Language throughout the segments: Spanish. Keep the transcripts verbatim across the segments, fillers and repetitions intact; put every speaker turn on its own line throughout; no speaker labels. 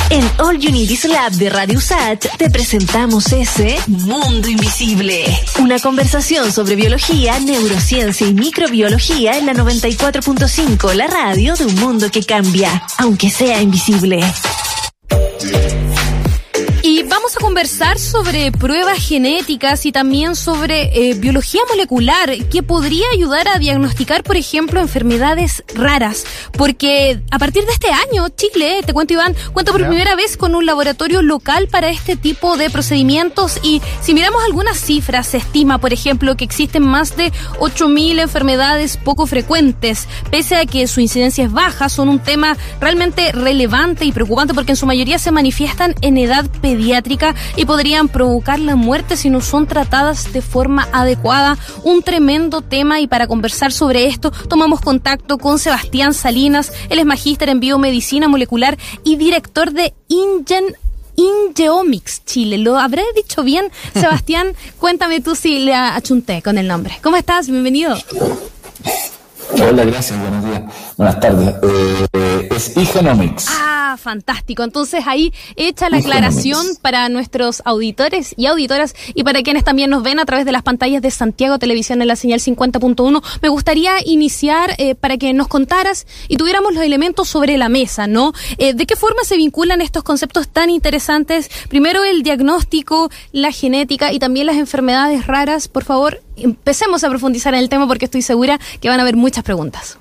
En All You Need Is Lab de Radio U S A T te presentamos ese Mundo Invisible. Una conversación sobre biología, neurociencia y microbiología en la noventa y cuatro punto cinco, la radio de un mundo que cambia, aunque sea invisible.
Y vamos a conversar sobre pruebas genéticas y también sobre eh, biología molecular que podría ayudar a diagnosticar, por ejemplo, enfermedades raras. Porque a partir de este año, Chile, te cuento Iván, cuenta por primera vez con un laboratorio local para este tipo de procedimientos. Y si miramos algunas cifras, se estima, por ejemplo, que existen más de ocho mil enfermedades poco frecuentes. Pese a que su incidencia es baja, son un tema realmente relevante y preocupante porque en su mayoría se manifiestan en edad pediátrica y podrían provocar la muerte si no son tratadas de forma adecuada. Un tremendo tema, y para conversar sobre esto tomamos contacto con Sebastián Salinas. Él es magíster en biomedicina molecular y director de InGen InGeomics Chile. ¿Lo habré dicho bien, Sebastián? Cuéntame tú si le achunté con el nombre. ¿Cómo estás? Bienvenido.
Hola, gracias, buenos días. Buenas tardes. Eh, es InGeomics.
Ah, fantástico. Entonces ahí hecha la aclaración para nuestros auditores y auditoras y para quienes también nos ven a través de las pantallas de Santiago Televisión en la señal cincuenta punto uno. Me gustaría iniciar eh, para que nos contaras y tuviéramos los elementos sobre la mesa, ¿no? Eh, ¿De qué forma se vinculan estos conceptos tan interesantes? Primero el diagnóstico, la genética y también las enfermedades raras. Por favor, empecemos a profundizar en el tema porque estoy segura que van a haber muchas preguntas.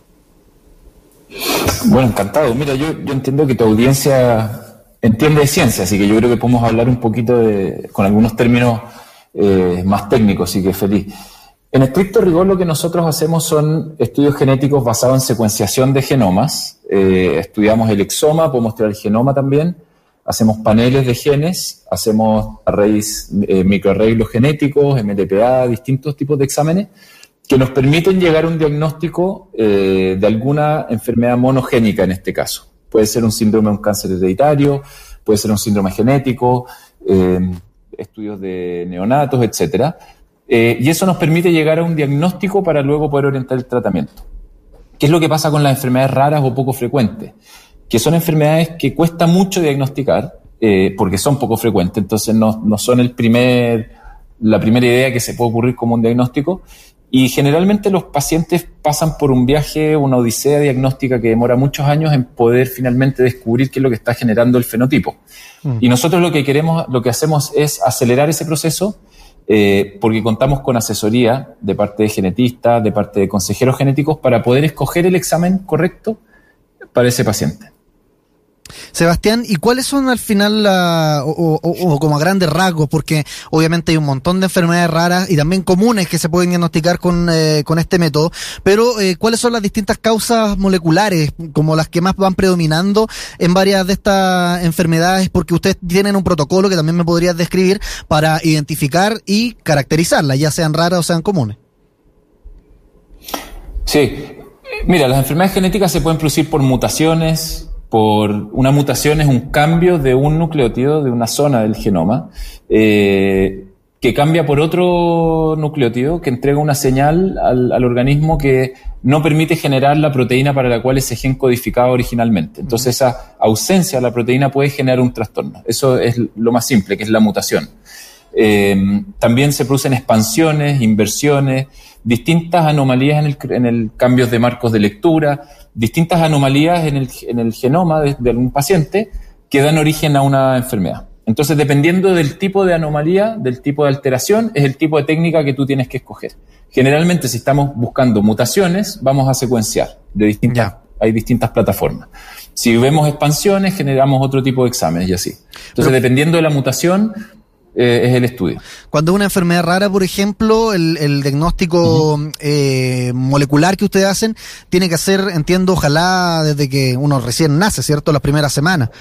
Bueno, encantado. Mira, yo, yo entiendo que tu audiencia entiende de ciencia, así que yo creo que podemos hablar un poquito de, con algunos términos eh, más técnicos, así que feliz. En estricto rigor, lo que nosotros hacemos son estudios genéticos basados en secuenciación de genomas. Eh, estudiamos el exoma, podemos estudiar el genoma también. Hacemos paneles de genes, hacemos arrays, eh, microarreglos genéticos, M L P A, distintos tipos de exámenes que nos permiten llegar a un diagnóstico eh, de alguna enfermedad monogénica en este caso. Puede ser un síndrome de un cáncer hereditario, puede ser un síndrome genético, eh, estudios de neonatos, etcétera. Eh, y eso nos permite llegar a un diagnóstico para luego poder orientar el tratamiento. ¿Qué es lo que pasa con las enfermedades raras o poco frecuentes? Que son enfermedades que cuesta mucho diagnosticar eh, porque son poco frecuentes, entonces no, no son el primer, la primera idea que se puede ocurrir como un diagnóstico. Y generalmente los pacientes pasan por un viaje, una odisea diagnóstica que demora muchos años en poder finalmente descubrir qué es lo que está generando el fenotipo. Mm. Y nosotros lo que queremos, lo que hacemos es acelerar ese proceso eh, porque contamos con asesoría de parte de genetistas, de parte de consejeros genéticos para poder escoger el examen correcto para ese paciente.
Sebastián, ¿y cuáles son al final la, o, o, o como a grandes rasgos? Porque obviamente hay un montón de enfermedades raras y también comunes que se pueden diagnosticar con, eh, con este método, pero eh, ¿cuáles son las distintas causas moleculares como las que más van predominando en varias de estas enfermedades? Porque ustedes tienen un protocolo que también me podrías describir para identificar y caracterizarlas, ya sean raras o sean comunes.
Sí, mira, las enfermedades genéticas se pueden producir por mutaciones. Por una mutación es un cambio de un nucleótido de una zona del genoma eh, que cambia por otro nucleótido que entrega una señal al, al organismo que no permite generar la proteína para la cual ese gen codificaba originalmente. Entonces esa ausencia de la proteína puede generar un trastorno. Eso es lo más simple, que es la mutación. Eh, también se producen expansiones, inversiones, distintas anomalías en el, en el cambios de marcos de lectura, distintas anomalías en el, en el genoma de, de algún paciente que dan origen a una enfermedad. Entonces, dependiendo del tipo de anomalía, del tipo de alteración, es el tipo de técnica que tú tienes que escoger. Generalmente, si estamos buscando mutaciones, vamos a secuenciar. De distintas, yeah. Hay distintas plataformas. Si vemos expansiones, generamos otro tipo de exámenes y así. Entonces, Pero... dependiendo de la mutación, Eh, es el estudio.
Cuando es una enfermedad rara, por ejemplo, el, el diagnóstico uh-huh. eh, molecular que ustedes hacen tiene que hacer, entiendo, ojalá desde que uno recién nace, ¿cierto? Las primeras semanas.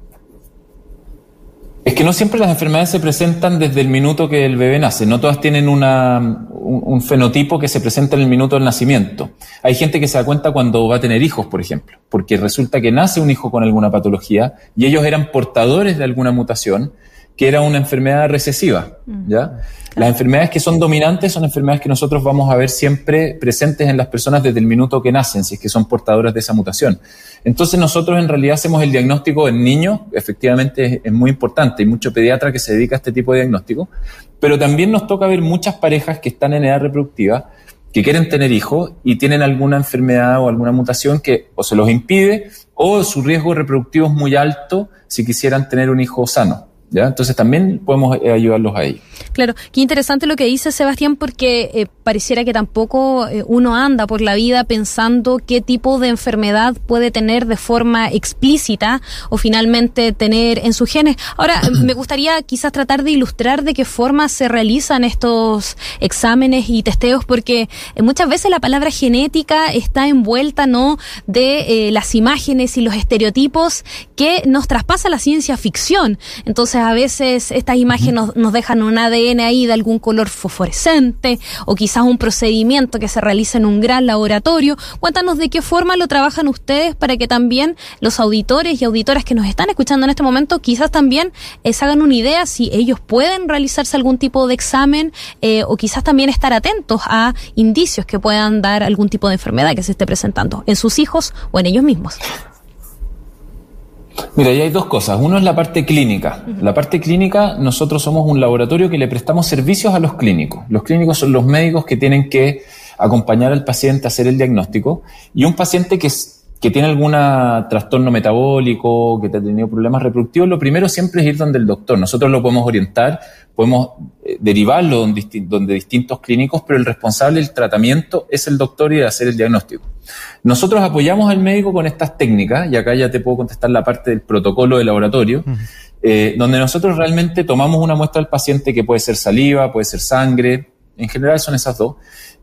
Es que no siempre las enfermedades se presentan desde el minuto que el bebé nace. No todas tienen una, un, un fenotipo que se presenta en el minuto del nacimiento. Hay gente que se da cuenta cuando va a tener hijos, por ejemplo, porque resulta que nace un hijo con alguna patología y ellos eran portadores de alguna mutación que era una enfermedad recesiva, ¿ya? Las enfermedades que son dominantes son enfermedades que nosotros vamos a ver siempre presentes en las personas desde el minuto que nacen, si es que son portadoras de esa mutación. Entonces nosotros en realidad hacemos el diagnóstico en niños, efectivamente es, es muy importante, hay mucho pediatra que se dedica a este tipo de diagnóstico, pero también nos toca ver muchas parejas que están en edad reproductiva, que quieren tener hijos y tienen alguna enfermedad o alguna mutación que o se los impide o su riesgo reproductivo es muy alto si quisieran tener un hijo sano. ¿Ya? Entonces también podemos eh, ayudarlos ahí.
Claro, qué interesante lo que dice Sebastián, porque eh, pareciera que tampoco eh, uno anda por la vida pensando qué tipo de enfermedad puede tener de forma explícita o finalmente tener en sus genes. Ahora, me gustaría quizás tratar de ilustrar de qué forma se realizan estos exámenes y testeos, porque eh, muchas veces la palabra genética está envuelta, ¿no?, de eh, las imágenes y los estereotipos que nos traspasa la ciencia ficción. Entonces, a veces estas imágenes nos, nos dejan un A D N ahí de algún color fosforescente o quizás un procedimiento que se realiza en un gran laboratorio. Cuéntanos de qué forma lo trabajan ustedes para que también los auditores y auditoras que nos están escuchando en este momento quizás también eh, se hagan una idea si ellos pueden realizarse algún tipo de examen eh, o quizás también estar atentos a indicios que puedan dar algún tipo de enfermedad que se esté presentando en sus hijos o en ellos mismos.
Mira, ahí hay dos cosas. Uno es la parte clínica. Uh-huh. La parte clínica, nosotros somos un laboratorio que le prestamos servicios a los clínicos. Los clínicos son los médicos que tienen que acompañar al paciente a hacer el diagnóstico. Y un paciente que, que tiene algún trastorno metabólico, que ha tenido problemas reproductivos, lo primero siempre es ir donde el doctor. Nosotros lo podemos orientar, podemos eh, derivarlo donde, donde distintos clínicos, pero el responsable del tratamiento es el doctor y de hacer el diagnóstico. Nosotros apoyamos al médico con estas técnicas, y acá ya te puedo contestar la parte del protocolo de laboratorio, uh-huh. eh, donde nosotros realmente tomamos una muestra del paciente que puede ser saliva, puede ser sangre, en general son esas dos,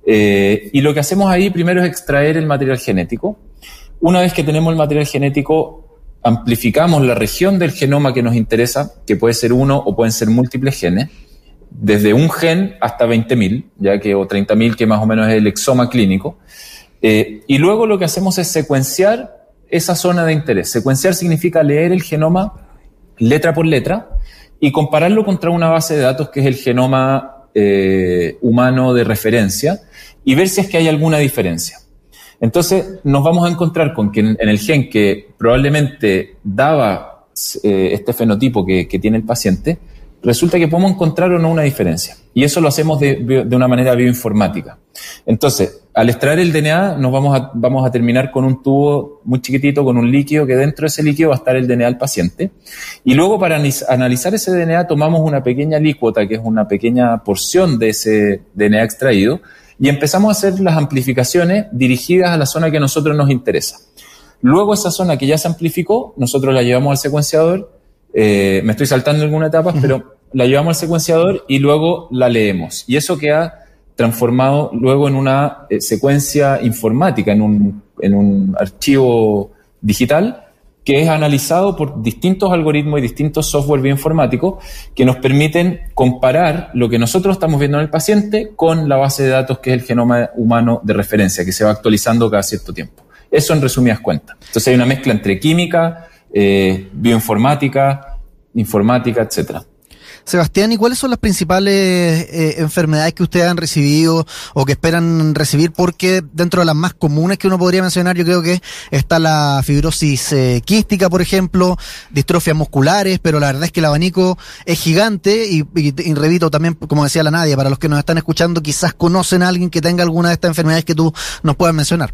eh, y lo que hacemos ahí primero es extraer el material genético. Una vez que tenemos el material genético, amplificamos la región del genoma que nos interesa, que puede ser uno o pueden ser múltiples genes, desde un gen hasta veinte mil, ya que, o treinta mil, que más o menos es el exoma clínico. Eh, y luego lo que hacemos es secuenciar esa zona de interés. Secuenciar significa leer el genoma letra por letra y compararlo contra una base de datos que es el genoma eh, humano de referencia y ver si es que hay alguna diferencia. Entonces nos vamos a encontrar con que en, en el gen que probablemente daba eh, este fenotipo que, que tiene el paciente, resulta que podemos encontrar o no una diferencia. Y eso lo hacemos de, de una manera bioinformática. Entonces, al extraer el D N A, nos vamos a, vamos a terminar con un tubo muy chiquitito, con un líquido, que dentro de ese líquido va a estar el D N A del paciente. Y luego, para analizar ese D N A, tomamos una pequeña alícuota, que es una pequeña porción de ese D N A extraído, y empezamos a hacer las amplificaciones dirigidas a la zona que a nosotros nos interesa. Luego, esa zona que ya se amplificó, nosotros la llevamos al secuenciador. Eh, me estoy saltando algunas etapas, uh-huh. pero la llevamos al secuenciador y luego la leemos. Y eso queda transformado luego en una eh, secuencia informática, en un, en un archivo digital que es analizado por distintos algoritmos y distintos software bioinformáticos que nos permiten comparar lo que nosotros estamos viendo en el paciente con la base de datos que es el genoma humano de referencia, que se va actualizando cada cierto tiempo. Eso en resumidas cuentas. Entonces hay una mezcla entre química, eh, bioinformática, informática, etcétera.
Sebastián, ¿y cuáles son las principales eh, enfermedades que ustedes han recibido o que esperan recibir? Porque dentro de las más comunes que uno podría mencionar, yo creo que está la fibrosis eh, quística, por ejemplo, distrofias musculares, pero la verdad es que el abanico es gigante y, y, y repito también, como decía la Nadia, para los que nos están escuchando, quizás conocen a alguien que tenga alguna de estas enfermedades que tú nos puedas mencionar.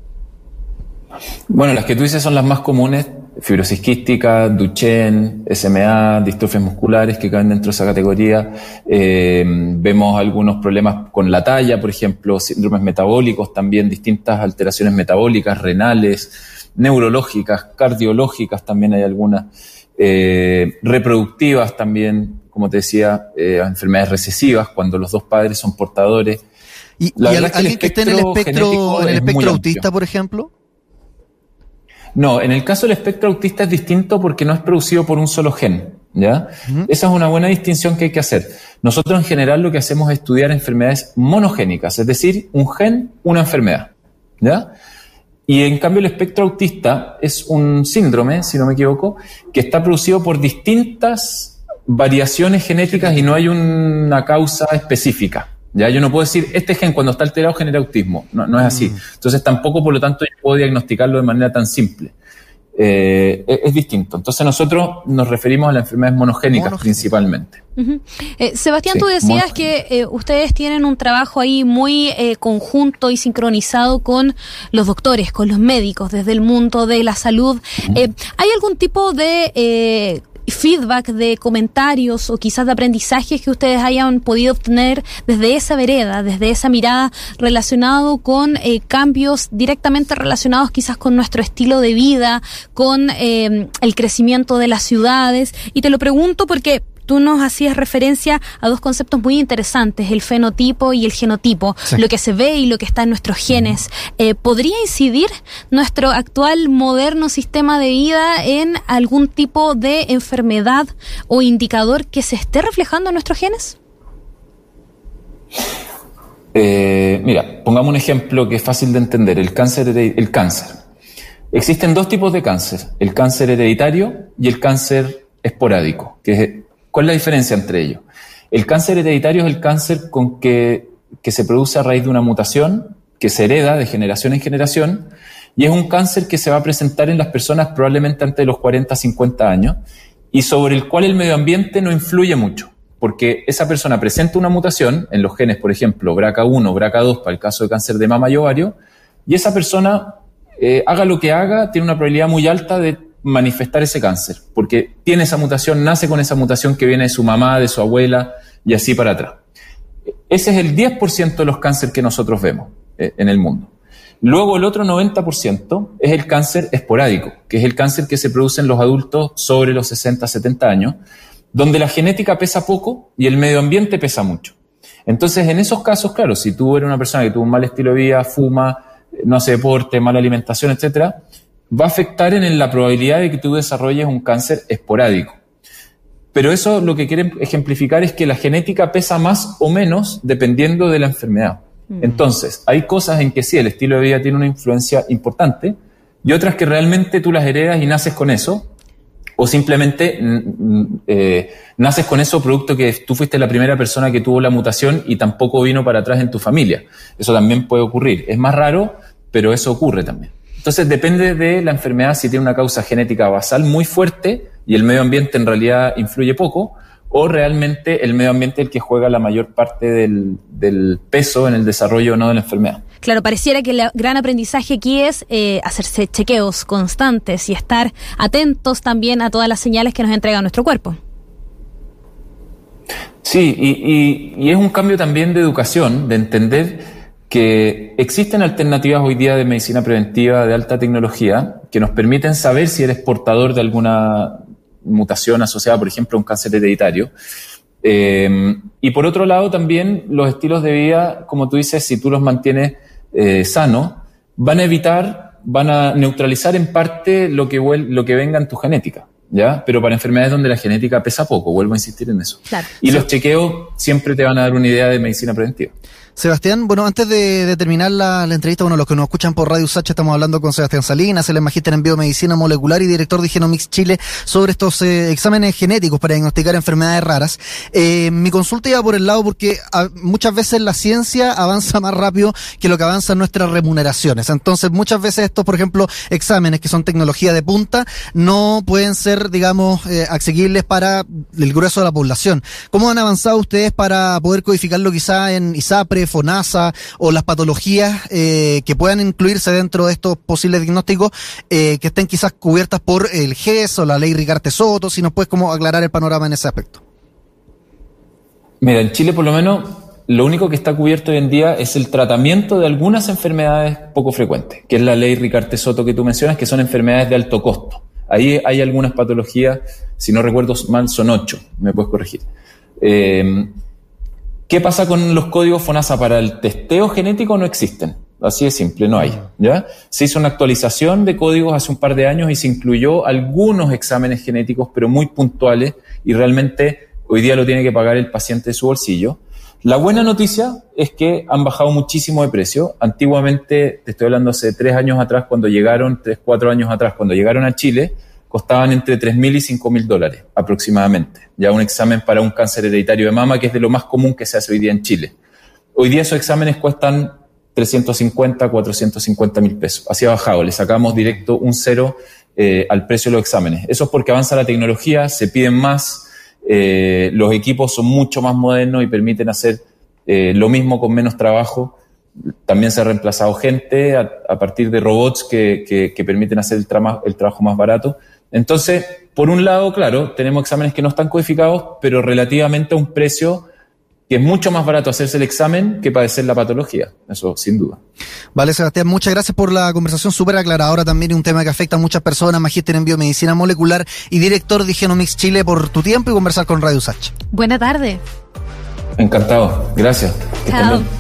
Bueno, las que tú dices son las más comunes: fibrosis quística, Duchenne, S M A, distrofias musculares que caen dentro de esa categoría. Eh, vemos algunos problemas con la talla, por ejemplo, síndromes metabólicos, también distintas alteraciones metabólicas, renales, neurológicas, cardiológicas, también hay algunas, eh, reproductivas también, como te decía, eh, enfermedades recesivas, cuando los dos padres son portadores.
¿Y, y alguien que esté en el espectro, en el espectro autista, por ejemplo?
No, en el caso del espectro autista es distinto porque no es producido por un solo gen, ¿ya? Uh-huh. Esa es una buena distinción que hay que hacer. Nosotros en general lo que hacemos es estudiar enfermedades monogénicas, es decir, un gen, una enfermedad, ¿ya? Y en cambio el espectro autista es un síndrome, si no me equivoco, que está producido por distintas variaciones genéticas y no hay una causa específica. Ya yo no puedo decir, este gen cuando está alterado genera autismo. No, no es así. Mm. Entonces tampoco, por lo tanto, yo puedo diagnosticarlo de manera tan simple. Eh, es, es distinto. Entonces nosotros nos referimos a las enfermedades monogénicas, monogénicas. principalmente.
Uh-huh. Eh, Sebastián, sí, tú decías monogénicas. que eh, ustedes tienen un trabajo ahí muy eh, conjunto y sincronizado con los doctores, con los médicos, desde el mundo de la salud. Uh-huh. Eh, ¿Hay algún tipo de eh, feedback, de comentarios o quizás de aprendizajes que ustedes hayan podido obtener desde esa vereda, desde esa mirada relacionado con eh, cambios directamente relacionados quizás con nuestro estilo de vida, con eh, el crecimiento de las ciudades? Y te lo pregunto porque tú nos hacías referencia a dos conceptos muy interesantes, el fenotipo y el genotipo, sí. lo que se ve y lo que está en nuestros genes. Eh, ¿Podría incidir nuestro actual moderno sistema de vida en algún tipo de enfermedad o indicador que se esté reflejando en nuestros genes?
Eh, mira, pongamos un ejemplo que es fácil de entender, el cáncer, el cáncer. Existen dos tipos de cáncer, el cáncer hereditario y el cáncer esporádico, que es ¿cuál es la diferencia entre ellos? El cáncer hereditario es el cáncer con que, que se produce a raíz de una mutación que se hereda de generación en generación y es un cáncer que se va a presentar en las personas probablemente antes de los cuarenta, cincuenta años y sobre el cual el medio ambiente no influye mucho porque esa persona presenta una mutación en los genes, por ejemplo, B R C A uno, B R C A dos para el caso de cáncer de mama y ovario y esa persona, eh, haga lo que haga, tiene una probabilidad muy alta de manifestar ese cáncer, porque tiene esa mutación, nace con esa mutación que viene de su mamá, de su abuela y así para atrás. Ese es el diez por ciento de los cánceres que nosotros vemos eh, en el mundo. Luego el otro noventa por ciento es el cáncer esporádico, que es el cáncer que se produce en los adultos sobre los sesenta, setenta años, donde la genética pesa poco y el medio ambiente pesa mucho. Entonces en esos casos, claro, si tú eres una persona que tuvo un mal estilo de vida, fuma, no hace deporte, mala alimentación, etcétera, va a afectar en la probabilidad de que tú desarrolles un cáncer esporádico. Pero eso lo que quiere ejemplificar es que la genética pesa más o menos dependiendo de la enfermedad. Mm. Entonces, hay cosas en que sí, el estilo de vida tiene una influencia importante y otras que realmente tú las heredas y naces con eso o simplemente eh, naces con eso producto que tú fuiste la primera persona que tuvo la mutación y tampoco vino para atrás en tu familia. Eso también puede ocurrir. Es más raro, pero eso ocurre también. Entonces depende de la enfermedad si tiene una causa genética basal muy fuerte y el medio ambiente en realidad influye poco o realmente el medio ambiente es el que juega la mayor parte del, del peso en el desarrollo o no de la enfermedad.
Claro, pareciera que el gran aprendizaje aquí es eh, hacerse chequeos constantes y estar atentos también a todas las señales que nos entrega nuestro cuerpo.
Sí, y, y, y es un cambio también de educación, de entender que existen alternativas hoy día de medicina preventiva de alta tecnología que nos permiten saber si eres portador de alguna mutación asociada, por ejemplo, a un cáncer hereditario. Eh, y por otro lado, también los estilos de vida, como tú dices, si tú los mantienes eh, sanos, van a evitar, van a neutralizar en parte lo que, lo que venga en tu genética, ¿ya? Pero para enfermedades donde la genética pesa poco, vuelvo a insistir en eso. Claro. Y sí. Los chequeos siempre te van a dar una idea de medicina preventiva.
Sebastián, bueno, antes de, de terminar la, la entrevista, bueno, los que nos escuchan por Radio Sacha, estamos hablando con Sebastián Salinas, él es magíster en biomedicina molecular y director de Genomics Chile, sobre estos eh, exámenes genéticos para diagnosticar enfermedades raras. Eh, mi consulta iba por el lado porque a, muchas veces la ciencia avanza más rápido que lo que avanzan nuestras remuneraciones. Entonces, muchas veces estos, por ejemplo, exámenes que son tecnología de punta, no pueden ser, digamos, eh, asequibles para el grueso de la población. ¿Cómo han avanzado ustedes para poder codificarlo quizá en ISAPRE, FONASA o las patologías eh, que puedan incluirse dentro de estos posibles diagnósticos eh, que estén quizás cubiertas por el G E S o la ley Ricarte-Soto? Si nos puedes como aclarar el panorama en ese aspecto.
Mira, en Chile por lo menos lo único que está cubierto hoy en día es el tratamiento de algunas enfermedades poco frecuentes, que es la ley Ricarte-Soto que tú mencionas, que son enfermedades de alto costo. Ahí hay algunas patologías, si no recuerdo mal, son ocho, me puedes corregir. Eh, ¿Qué pasa con los códigos FONASA? Para el testeo genético no existen, así de simple, no hay, ¿ya? Se hizo una actualización de códigos hace un par de años y se incluyó algunos exámenes genéticos, pero muy puntuales, y realmente hoy día lo tiene que pagar el paciente de su bolsillo. La buena noticia es que han bajado muchísimo de precio. Antiguamente, te estoy hablando hace tres años atrás, cuando llegaron, tres, cuatro años atrás, cuando llegaron a Chile, costaban entre tres mil y cinco mil dólares aproximadamente. Ya un examen para un cáncer hereditario de mama, que es de lo más común que se hace hoy día en Chile. Hoy día esos exámenes cuestan trescientos cincuenta, cuatrocientos cincuenta mil pesos. Así ha bajado, le sacamos directo un cero eh, al precio de los exámenes. Eso es porque avanza la tecnología, se piden más, eh, los equipos son mucho más modernos y permiten hacer eh, lo mismo con menos trabajo. También se ha reemplazado gente a, a partir de robots que, que, que permiten hacer el, trama, el trabajo más barato. Entonces, por un lado, claro, tenemos exámenes que no están codificados, pero relativamente a un precio que es mucho más barato hacerse el examen que padecer la patología, eso sin duda.
Vale, Sebastián, muchas gracias por la conversación súper aclaradora también, un tema que afecta a muchas personas, magíster en biomedicina molecular y director de Genomics Chile, por tu tiempo y conversar con Radio U S A C H.
Buena tarde.
Encantado, gracias.
Chao.